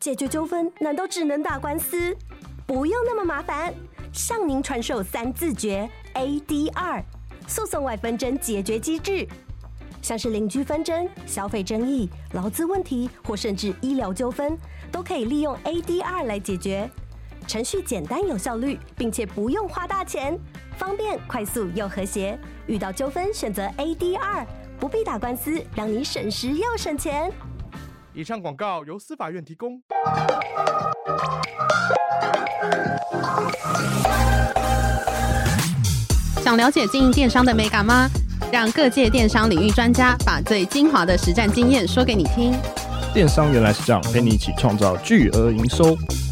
解决纠纷难道只能打官司？不用那么麻烦，向您传授3字诀 ADR 诉讼外纷争解决机制，像是邻居纷争、消费争议、劳资问题或甚至医疗纠纷，都可以利用 ADR 来解决。程序简单有效率，并且不用花大钱，方便、快速又和谐。遇到纠纷选择 ADR， 不必打官司，让你省时又省钱。 以上广告由司法院提供。 想了解经营电商的美感吗？让各界电商领域专家把最精华的实战经验说给你听。 电商原来是这样，陪你一起创造巨额营收。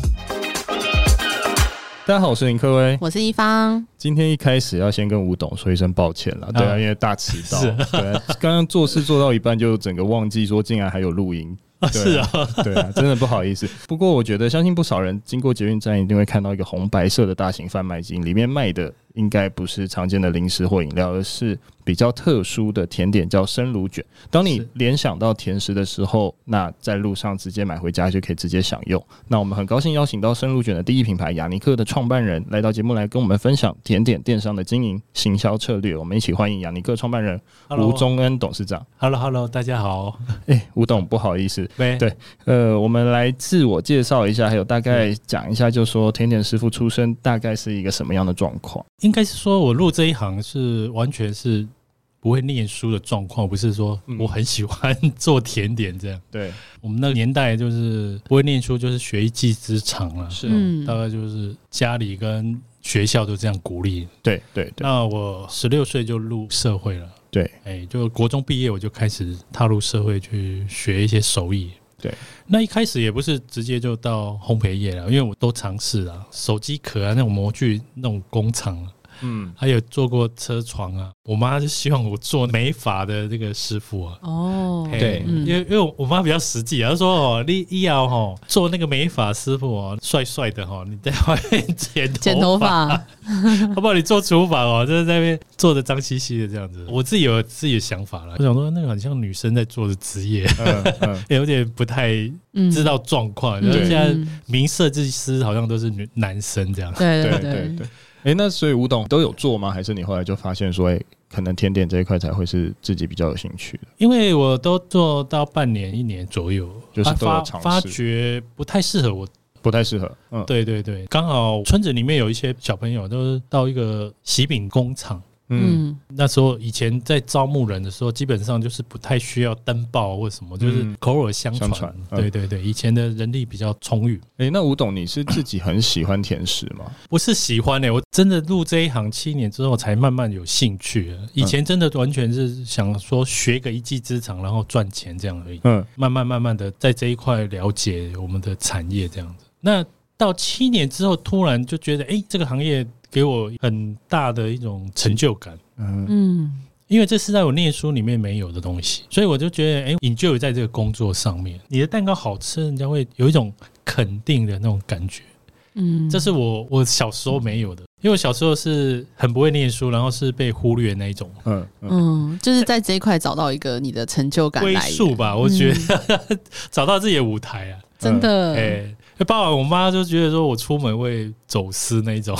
大家好，我是林克威， 我是一方。 今天一开始要先跟吴董说一声抱歉啦，对啊，因为大迟到，对啊，刚刚做事做到一半就整个忘记说竟然还有录音。 是啊， 对啊，真的不好意思。不过我觉得，相信不少人经过捷运站一定会看到一个红白色的大型贩卖机，里面卖的应该不是常见的零食或饮料，而是比较特殊的甜点，叫生乳卷。当你联想到甜食的时候，那在路上直接买回家就可以直接享用。那我们很高兴邀请到生乳卷的第一品牌雅尼克的创办人来到节目来跟我们分享甜点电商的经营行销策略。我们一起欢迎雅尼克创办人吴宗恩董事长。 Hello， 大家好。 吴董不好意思，对，我们来自我介绍一下，还有大概讲一下，就说甜点师傅出身大概是一个什么样的状况？ 应该是说我入这一行是完全是不会念书的状况，不是说我很喜欢做甜点这样。对，我们那个年代就是不会念书，就是学一技之长了。是，大概就是家里跟学校都这样鼓励。对。那我16岁就入社会了。对，就国中毕业我就开始踏入社会去学一些手艺。对，那一开始也不是直接就到烘焙业了，因为我都尝试了手机壳啊，那种模具那种工厂，还有做过车床啊。我妈就希望我做美发的这个师傅啊。哦，对，因为我妈比较实际啊，她说你要做那个美发师傅帅帅的你在外面剪头发，好不好？你做厨房就是在那边做的脏兮兮的这样子。我自己有自己的想法了，我想说那个很像女生在做的职业，有点不太知道状况。然后现在名设计师好像都是男生这样。 对。那所以吴董都有做吗？还是你后来就发现说，可能甜点这一块才会是自己比较有兴趣的？ 因为我都做到半年、1年左右， 就是都有尝试， 发觉不太适合我。 不太适合。 对，刚好村子里面有一些小朋友都是到一个喜饼工厂。那时候以前在招募人的时候，基本上就是不太需要登报或什么，就是口耳相传。对，以前的人力比较充裕。 那吴董，你是自己很喜欢甜食吗？ 不是喜欢我真的入这一行7年之后才慢慢有兴趣了。以前真的完全是想说学个一技之长，然后赚钱这样而已。慢慢的在这一块了解我们的产业这样子。那到7年之后，突然就觉得这个行业给我很大的一种成就感。因为这是在我念书里面没有的东西，所以我就觉得enjoy在这个工作上面。你的蛋糕好吃，人家会有一种肯定的那种感觉。这是我小时候没有的，因为我小时候是很不会念书，然后是被忽略那一种。 就是在这一块找到一个你的成就感来源归宿吧，我觉得找到自己的舞台啊， 真的。 包括我妈就觉得说我出门会走私那一种。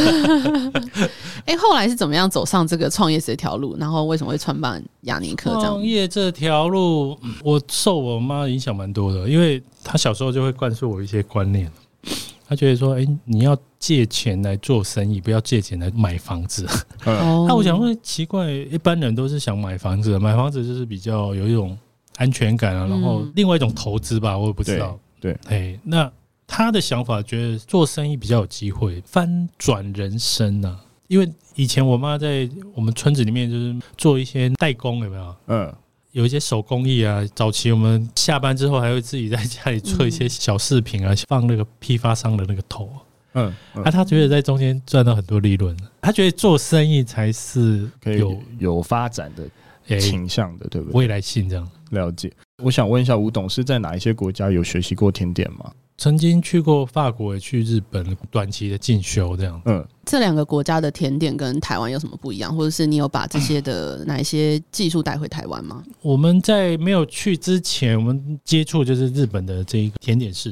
后来是怎么样走上这个创业这条路？然后为什么会创办雅尼克这样？ 创业这条路，我受我妈影响蛮多的，因为她小时候就会灌输我一些观念。她觉得说，你要借钱来做生意，不要借钱来买房子。那我想说奇怪，一般人都是想买房子，买房子就是比较有一种安全感啊，然后另外一种投资吧，我也不知道。对，那他的想法觉得做生意比较有机会翻转人生啊。因为以前我妈在我们村子里面就是做一些代工，有没有？有一些手工艺啊。早期我们下班之后还会自己在家里做一些小饰品啊，放那个批发商的那个头。他觉得在中间赚到很多利润，他觉得做生意才是可以有发展的倾向的，对不对？ 未来性这样。 了解。我想问一下吴董，是在哪一些国家有学习过甜点吗？ 曾经去过法国，也去日本，短期的进修这样。 这2个国家的甜点跟台湾有什么不一样，或者是你有把这些的哪一些技术带回台湾吗？ 我们在没有去之前，我们接触就是日本的这一个甜点市场。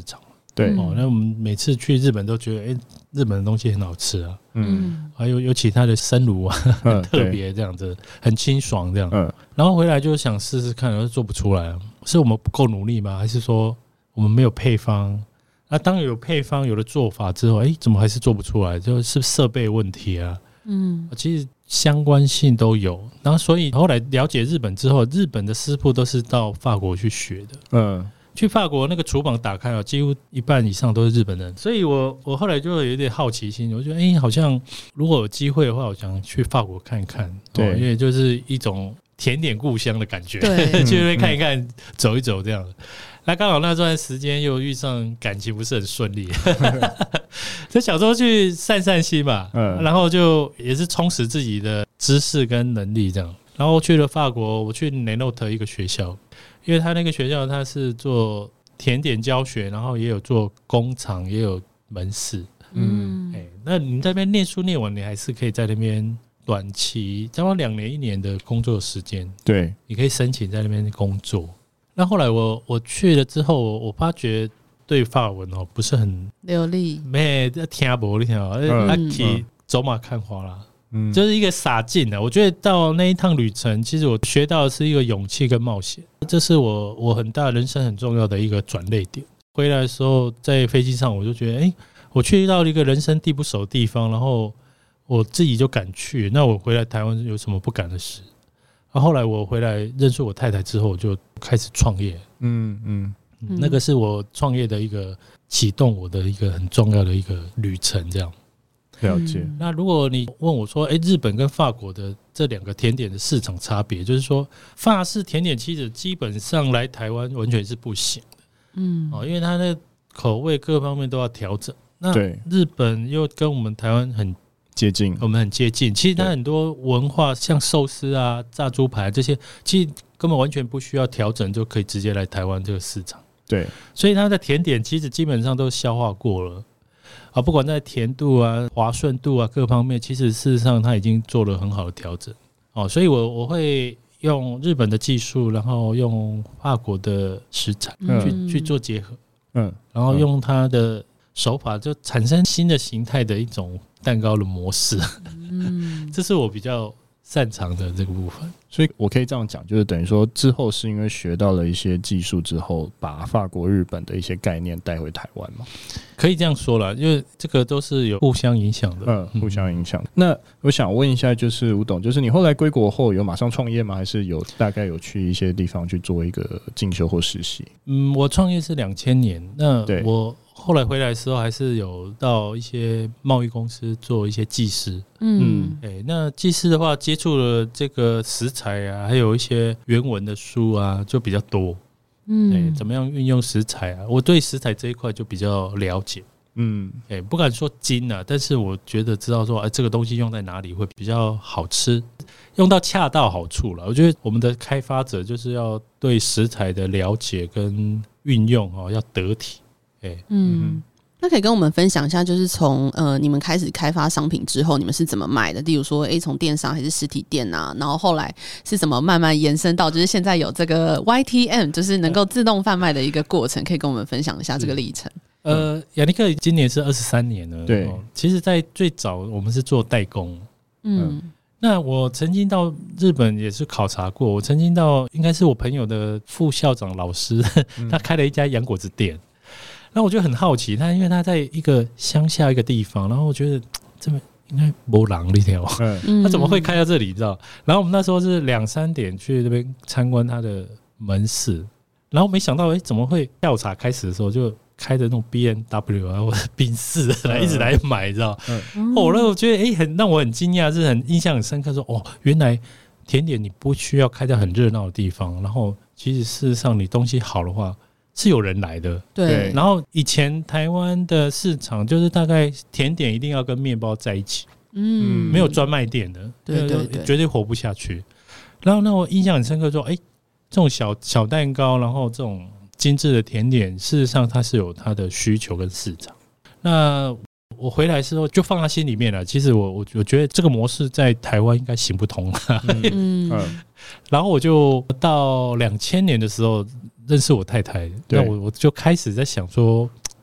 对那我们每次去日本都觉得日本的东西很好吃啊，还有其他的生乳啊，很特别这样子，很清爽这样，然后回来就想试试看，做不出来，是我们不够努力吗？还是说我们没有配方？那当有配方有了做法之后，怎么还是做不出来？就是设备问题啊，其实相关性都有。然后所以后来了解日本之后，日本的师傅都是到法国去学的，去法国那个厨房打开几乎一半以上都是日本人，所以我后来就有点好奇心，我觉得好像如果有机会的话，我想去法国看一看，对，因为就是一种甜点故乡的感觉，对，去看一看，走一走这样。那刚好那段时间又遇上感情不是很顺利，就想说去散散心嘛，然后就也是充实自己的知识跟能力这样，然后去了法国，我去雷诺特一个学校。因为他那个学校他是做甜点教学，然后也有做工厂，也有门市。那你在那边念书念完，你还是可以在那边短期，差不多2年1年的工作时间。对，你可以申请在那边工作。那后来我去了之后，我发觉对法文不是很流利， 没听不懂，可以走马看花啦。就是一个洒劲的。我觉得到那一趟旅程，其实我学到的是一个勇气跟冒险，这是我很大人生很重要的一个转捩点。回来的时候，在飞机上我就觉得，我去到一个人生地不熟的地方，然后我自己就敢去。那我回来台湾有什么不敢的事？后来我回来认识我太太之后，我就开始创业。那个是我创业的一个启动我的一个很重要的一个旅程，这样。了解。那如果你问我说，日本跟法国的这2个甜点的市场差别，就是说法式甜点其实基本上来台湾完全是不行的，因为它的口味各方面都要调整。那日本又跟我们台湾很接近，我们很接近。其实它很多文化，像寿司啊、炸猪排这些，其实根本完全不需要调整，就可以直接来台湾这个市场。对，所以它的甜点其实基本上都消化过了。不管在甜度啊、滑顺度啊各方面，其实事实上它已经做了很好的调整。所以我会用日本的技术，然后用法国的食材去做结合，然后用它的手法就产生新的形态的一种蛋糕的模式。这是我比较擅长的这个部分。所以我可以这样讲，就是等于说之后是因为学到了一些技术之后，把法国、日本的一些概念带回台湾嘛？可以这样说啦，因为这个都是有互相影响的。互相影响。那我想问一下，就是吴董，就是你后来归国后有马上创业吗？还是大概有去一些地方去做一个进修或实习？我创业是2000年，那我后来回来的时候还是有到一些贸易公司做一些技师。那技师的话接触了这个食材啊，还有一些原文的书啊就比较多。怎么样运用食材啊，我对食材这一块就比较了解。不敢说精啊，但是我觉得知道说这个东西用在哪里会比较好吃，用到恰到好处了。我觉得我们的开发者就是要对食材的了解跟运用要得体。 那可以跟我们分享一下，就是从你们开始开发商品之后，你们是怎么卖的？例如说，从电商还是实体店啊？然后后来是怎么慢慢延伸到，就是现在有这个 YTM， 就是能够自动贩卖的一个过程，可以跟我们分享一下这个历程。 雅尼克今年是23年了。对，其实在最早我们是做代工。那我曾经到日本也是考察过，我曾经到应该是我朋友的副校长老师，他开了一家洋果子店。然后我就很好奇，因为他在一个乡下一个地方，然后我觉得这么应该没人那条，他怎么会开到这里？你知道？然后我们那时候是2、3点去这边参观他的门市，然后没想到，怎么会调查开始的时候就开的那种 BMW 啊或者宾士一直来买，知道？那我觉得很让我很惊讶，是很印象很深刻，说原来甜点你不需要开在很热闹的地方，然后其实事实上你东西好的话。是有人来的。对。然后以前台湾的市场就是大概甜点一定要跟面包在一起，没有专卖店的，对，绝对活不下去。然后那我印象很深刻说，这种小蛋糕，然后这种精致的甜点，事实上它是有它的需求跟市场。那我回来的时候就放在心里面了。其实我觉得这个模式在台湾应该行不通。然后我就到2000年的时候。认识我太太，那我就开始在想说，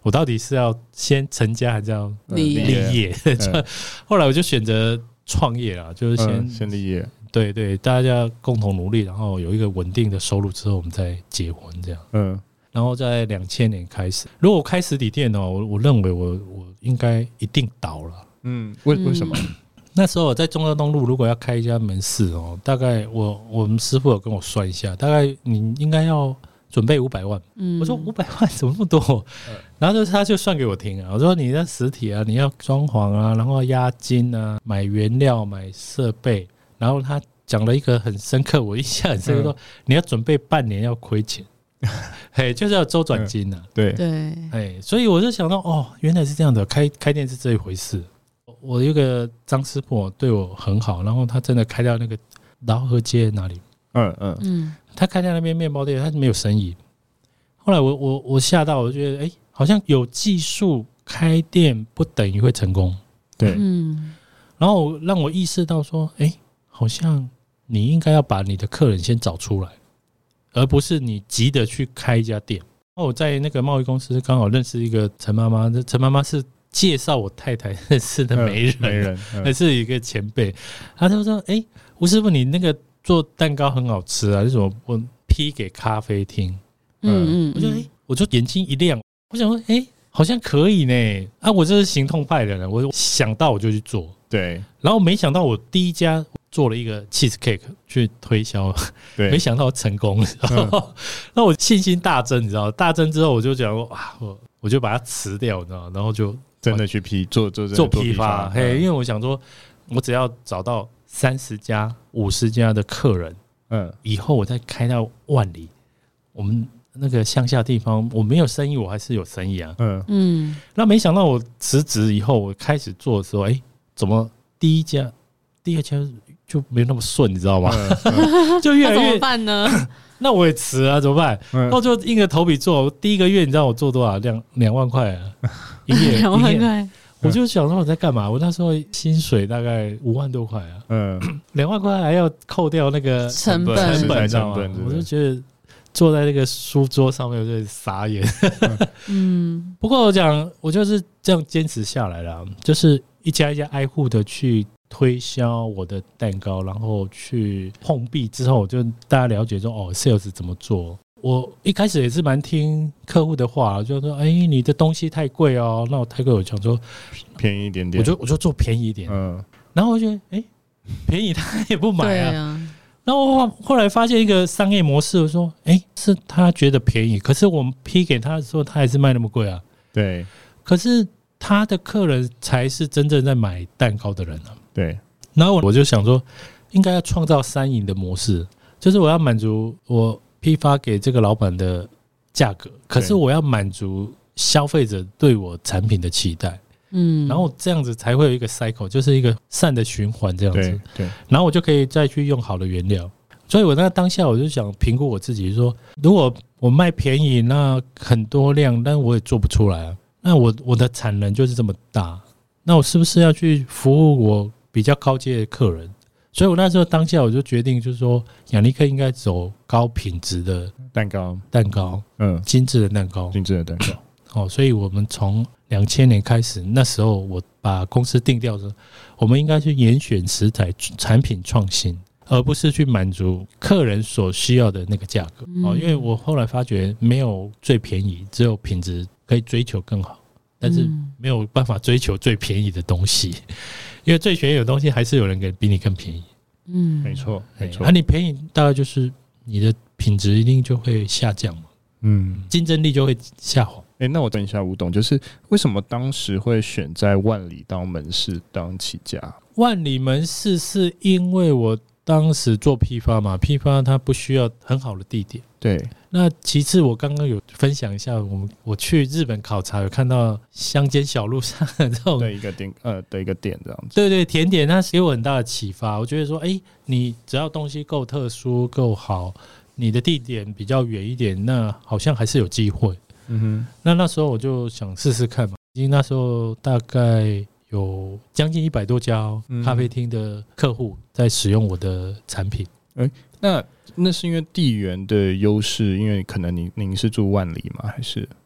我到底是要先成家还是要立业？后来我就选择创业啦，就是先立业。 对对，大家共同努力，然后有一个稳定的收入之后，我们再结婚这样。然后在2000年开始，如果我开实体店呢，我认为我应该一定倒了。 为什么？ 那时候我在中正东路，如果要开一家门市哦，大概我们师傅有跟我算一下，大概你应该要准备500万。我说500万怎么那么多？然后他就算给我听啊，我说你那实体啊，你要装潢啊，然后押金啊，买原料、买设备，然后他讲了一个很深刻，我印象很深刻，说你要准备半年要亏钱。嘿，就是要周转金啊。 对， 所以我就想到，哦，原来是这样的，开店是这一回事。我有一个张师傅对我很好，然后他真的开到那个饶河街哪里，他开在那边面包店，他没有生意。后来我吓到，我就觉得，好像有技术开店不等于会成功。 对， 然后让我意识到说，好像你应该要把你的客人先找出来，而不是你急着去开一家店。我在那个贸易公司刚好认识一个陈妈妈，陈妈妈是介绍我太太认识的媒人，还是一个前辈。他就说：“吴师傅，你那个做蛋糕很好吃啊，为什么我批给咖啡厅？”我就眼睛一亮，我想说：“好像可以呢。”我这是行动派的人，我想到我就去做。 对， 然后没想到我第一家做了一个 cheesecake 去推销，没想到成功了。那我信心大增，你知道，大增之后我就讲我就把它辞掉，你知道，然后就真的去做批发。因为我想说，我只要找到30家、50家的客人，以后我再开到万里，我们那个乡下地方，我没有生意，我还是有生意啊。那没想到我辞职以后，我开始做的时候，怎么第一家、第二家就没有那么顺，你知道吗？就越来越怎么办呢？ 那我也辞啊，怎么办？然后就硬着头皮做。第一个月你知道我做多少？2万块啊，营业 2万块。 我就想说我在干嘛？我那时候薪水大概5万多块啊，2万块还要扣掉那个成本， 你知道吗？我就觉得坐在那个书桌上面，我就傻眼。不过我就是这样坚持下来了，就是一家一家挨户的去推销我的蛋糕，然后去碰壁之后，就大家了解说sales 怎么做。我一开始也是蛮听客户的话，就说你的东西太贵哦，那我太贵，我想说便宜一点点， 我就做便宜一点。然后我觉得便宜他也不买啊。然后后来发现一个商业模式，我说是他觉得便宜，可是我们批给他的时候，他还是卖那么贵啊。 对， 可是他的客人才是真正在买蛋糕的人啊。 对， 然后我就想说，应该要创造3赢的模式，就是我要满足我批发给这个老板的价格，可是我要满足消费者对我产品的期待。然后这样子才会有一个 cycle， 就是一个善的循环这样子。 对， 然后我就可以再去用好的原料。所以我那当下我就想评估我自己说，如果我卖便宜，那很多量，但我也做不出来啊。那我的产能就是这么大，那我是不是要去服务我比较高阶的客人？所以我那时候当下我就决定，就是说雅尼克应该走高品质的蛋糕，精致的蛋糕。所以我们从2000年开始，那时候我把公司定调说，我们应该去严选食材，产品创新，而不是去满足客人所需要的那个价格。因为我后来发觉没有最便宜，只有品质可以追求更好，但是没有办法追求最便宜的东西，因为最便宜的东西还是有人比你更便宜。 没错。 你便宜大概就是你的品质一定就会下降嘛，竞争力就会下滑。 那我问一下吴董，就是为什么当时会选在万里当门市当起家？ 万里门市是因为我当时做批发嘛，批发它不需要很好的地点。 对。 那其次，我刚刚有分享一下，我去日本考察，有看到乡间小路上的这种的一个店这样子。 对，甜点，它给我很大的启发。我觉得说，你只要东西够特殊、够好，你的地点比较远一点，那好像还是有机会。那时候我就想试试看嘛，因为那时候大概有将近100多家咖啡厅的客户在使用我的产品。 那是因为地缘的优势，因为可能您是住万里吗？还是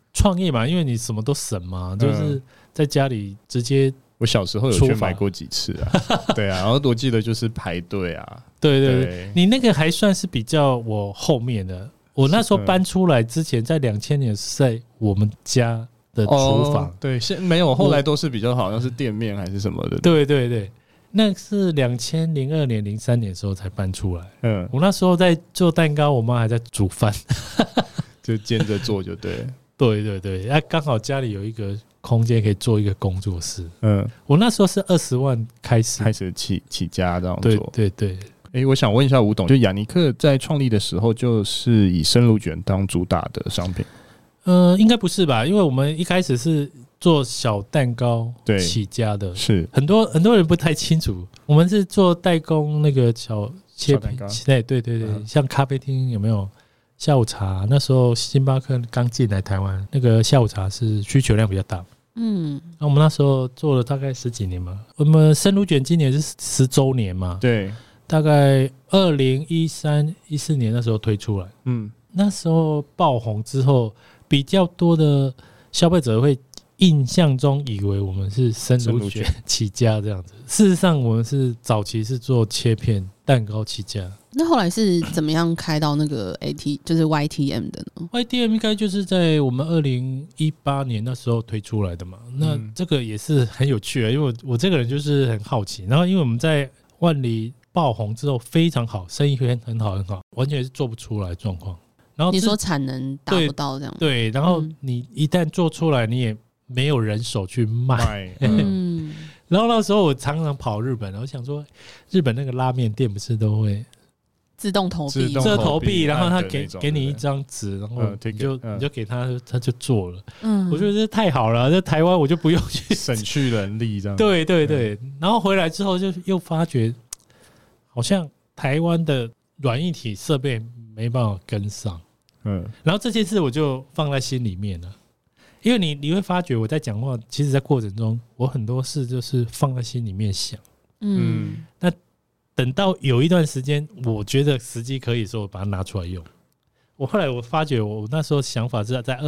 创业嘛，因为你什么都省嘛，就是在家里直接。 我小时候有去买过几次啊，对啊，然后我记得就是排队啊， 对，你那个还算是比较我后面的，我那时候搬出来之前，在2000年是在我们家的厨房， 对，没有，后来都是比较好像是店面还是什么的， 对，那是2002年、03年的时候才搬出来，我那时候在做蛋糕，我妈还在煮饭， 就兼着做就对了。 对，刚好家里有一个空间可以做一个工作室。我那时候是20万开始起家这样做。 对。 我想问一下吴董，就雅尼克在创立的时候就是以生乳卷当主打的商品？ 应该不是吧？因为我们一开始是做小蛋糕起家的， 是很多人不太清楚，我们是做代工那个小切蛋糕。 对，像咖啡厅有没有？下午茶那时候星巴克刚进来台湾，那个下午茶是需求量比较大。那我们那时候做了大概10几年嘛。我们生乳卷今年是10周年嘛， 对， 大概2013、14年那时候推出来。那时候爆红之后，比较多的消费者会印象中以为我们是生乳卷起家这样子。事实上，我们是早期是做切片蛋糕起家。 那后来是怎么样开到那个 就是 YTM 的呢？ YTM 应该就是在我们2018年那时候推出来的嘛。那这个也是很有趣的，因为我这个人就是很好奇。然后因为我们在万里爆红之后非常好，生意很好，完全是做不出来的状况。然后你说产能达不到这样？ 对，然后你一旦做出来，你也没有人手去卖。然后那时候我常常跑日本，我想说日本那个拉面店不是都会自动投币，然后他给你一张纸，然后你就给他，他就做了。我觉得这太好了，在台湾我就不用去省去人力这样。 对，然后回来之后就又发觉，好像台湾的软硬体设备没办法跟上。然后这件事我就放在心里面了。因为你会发觉我在讲话，其实在过程中我很多事就是放在心里面想。那等到有一段时间我觉得时机可以的时候把它拿出来用。后来我发觉我那时候想法是在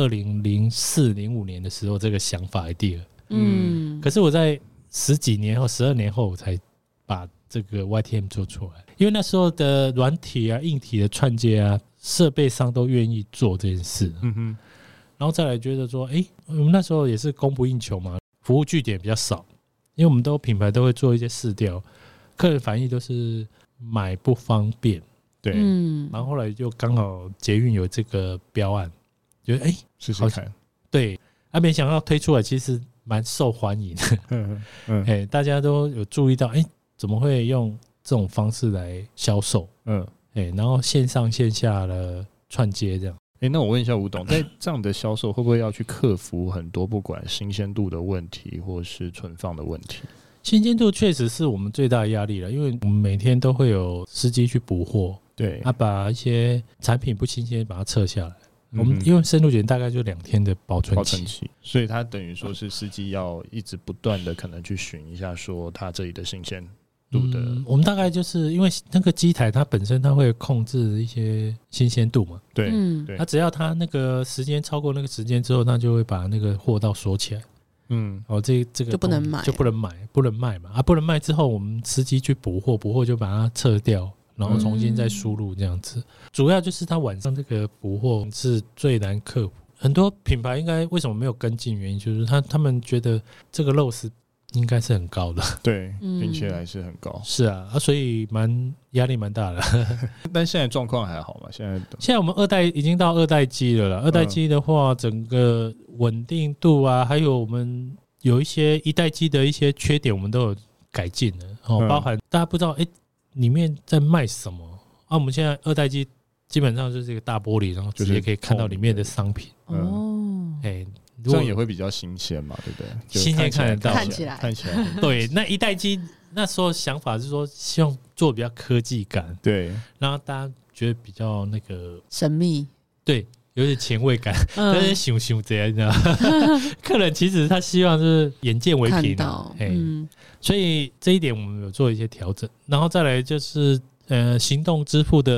2004、05年的时候这个想法 idea。可是我在10几年后、12年后我才把这个 YTM 做出来，因为那时候的软体啊、硬体的串接啊，设备商都愿意做这件事。然后再来觉得说，我们那时候也是供不应求嘛，服务据点比较少，因为我们品牌都会做一些试调，客人反应都是买不方便，对，然后后来就刚好捷运有这个标案，觉得试试看， 对，没想到推出来其实蛮受欢迎的，大家都有注意到，怎么会用这种方式来销售，然后线上线下的串接这样。 那我问一下吴董，在这样的销售会不会要去克服很多不管新鲜度的问题或是存放的问题？ 新鲜度确实是我们最大的压力了，因为我们每天都会有司机去补货， 对， 把一些产品不新鲜把它撤下来。我们因为生乳卷大概就2天的保存期， 所以它等于说是司机要一直不断的可能去寻一下说它这里的新鲜度的。 我们大概就是因为那个机台它本身它会控制一些新鲜度嘛， 对， 它只要它那个时间超过那个时间之后，它就会把那个货道锁起来。这个就不能买， 不能卖嘛，不能卖之后，我们司机去补货就把它撤掉，然后重新再输入这样子。主要就是它晚上这个补货是最难克服。很多品牌应该为什么没有跟进，原因就是他们觉得这个loss应该是很高的， 对，并且还是很高。 是啊，所以压力蛮大的。 但现在状况还好嘛？现在我们已经到2代机了啦。2代机的话，整个稳定度啊，还有我们有一些1代机的一些缺点，我们都有改进了。包含大家不知道里面在卖什么我们现在2代机基本上就是一个大玻璃，然后直接可以看到里面的商品。 这样也会比较新鲜嘛，对不对？ 新鲜看得到， 看起来对。那1代机那时候想法是说，希望做比较科技感， 对， 然后大家觉得比较那个神秘， 对，有点前卫感，但是想这样，你知道客人其实他希望是眼见为凭所以这一点我们有做一些调整，然后再来就是行动支付的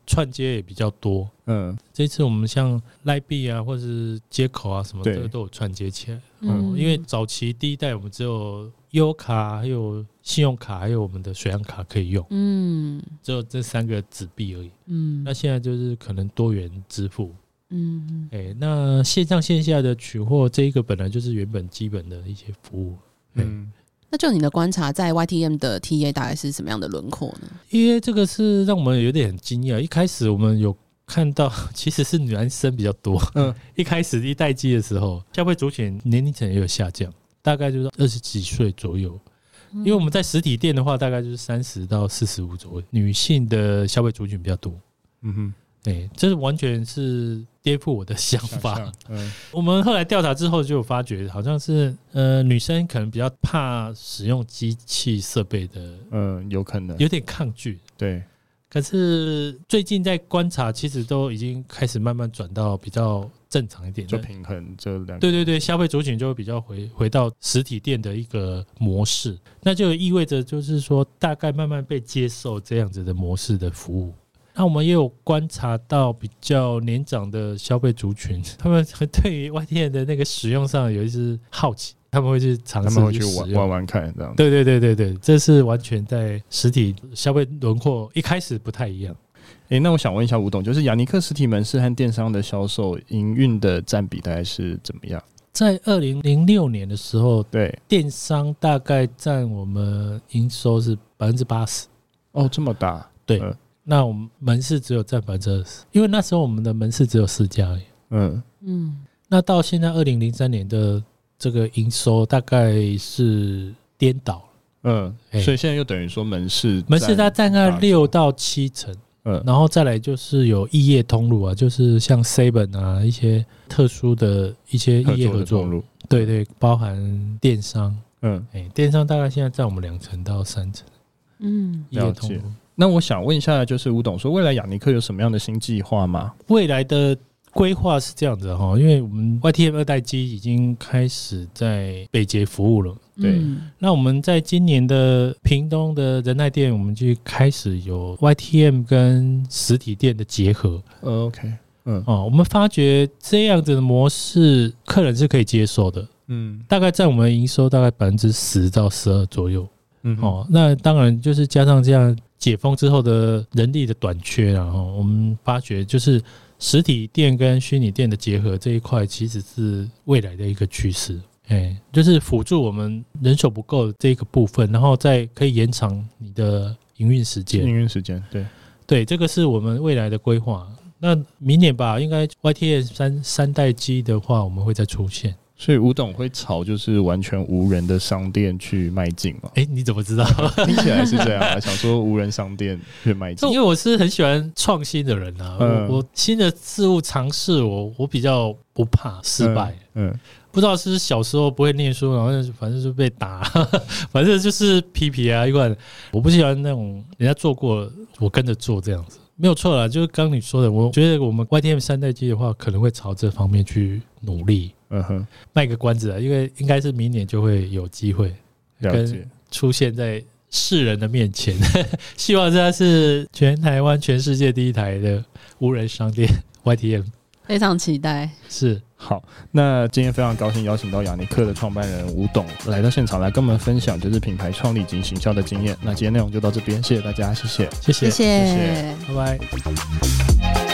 串接也比较多。这次我们像赖币啊，或是接口啊什么的都有串接起来。因为早期第一代我们只有悠游卡，还有信用卡，还有我们的水岸卡可以用。只有这3个纸币而已。那现在就是可能多元支付。那线上线下的取货这一个本来就是原本基本的一些服务。 那就你的观察，在 YTM 的 TA 大概是什么样的轮廓呢？ 因为这个是让我们有点很惊讶，一开始我们有看到其实是男生比较多。一开始一代机的时候，消费族群年龄层也有下降，大概就是20几岁左右。因为我们在实体店的话，大概就是30到45左右，女性的消费族群比较多。这完全是颠覆我的想法。我们后来调查之后就有发觉，好像是女生可能比较怕使用机器设备的， 有可能有点抗拒。对，可是最近在观察，其实都已经开始慢慢转到比较正常一点， 就平衡这2个。 对，消费族群就会比较回到实体店的一个模式，那就意味着就是说，大概慢慢被接受这样子的模式的服务。那我们也有观察到比较年长的消费族群，他们对于 YTM 的那个使用上有一些好奇，他们会去尝试， 他们会去玩看这样。 对，这是完全在实体消费轮廓一开始不太一样。 那我想问一下吴董，就是雅尼克实体门市和电商的销售营运的占比大概是怎么样？ 在2006年的时候，对，电商大概占我们营收是80%。 这么大？ 对。那我们门市只有占20%，因为那时候我们的门市只有4家而已。那到现在2003年的这个营收大概是颠倒了。 所以现在又等于说门市它占概6到7成。然后再来就是有异业通路啊，就是像 Seven 啊，一些特殊的一些异业合作路，对，包含电商。电商大概现在占我们2成到3成。异业通路。 那我想问一下，就是吴董说，未来雅尼克有什么样的新计划吗？ 未来的规划是这样子因为我们 YTM 2代机已经开始在北捷服务了。对，那我们在今年的屏东的仁爱店，我们就开始有 YTM 跟实体店的结合。 OK， 我们发觉这样子的模式，客人是可以接受的。大概在我们营收大概10%到12%左右。那当然就是加上这样解封之后的人力的短缺，然后我们发觉就是实体店跟虚拟店的结合这一块，其实是未来的一个趋势。就是辅助我们人手不够的这个部分，然后再可以延长你的营运时间。对，这个是我们未来的规划。那明年吧，应该 YTM 3代机的话，我们会再出现。 所以吴董会朝就是完全无人的商店去迈进吗？ 你怎么知道？ 听起来是这样啊，想说无人商店去迈进。 因为我是很喜欢创新的人啊，我新的事物尝试，我比较不怕失败。不知道是小时候不会念书，然后反正就被打，反正就是皮皮啊，一贯我不喜欢那种人家做过我跟着做这样子。没有错啦，就是刚你说的，我觉得我们 YTM 3代机的话，可能会朝这方面去努力。卖个关子啊，因为应该是明年就会有机会跟出现在世人的面前。希望这是全台湾、全世界第一台的无人商店 YTM， 非常期待。 是好，那今天非常高兴邀请到雅尼克的创办人吴董来到现场，来跟我们分享就是品牌创立及行销的经验。那今天内容就到这边，谢谢大家，谢谢， 拜拜。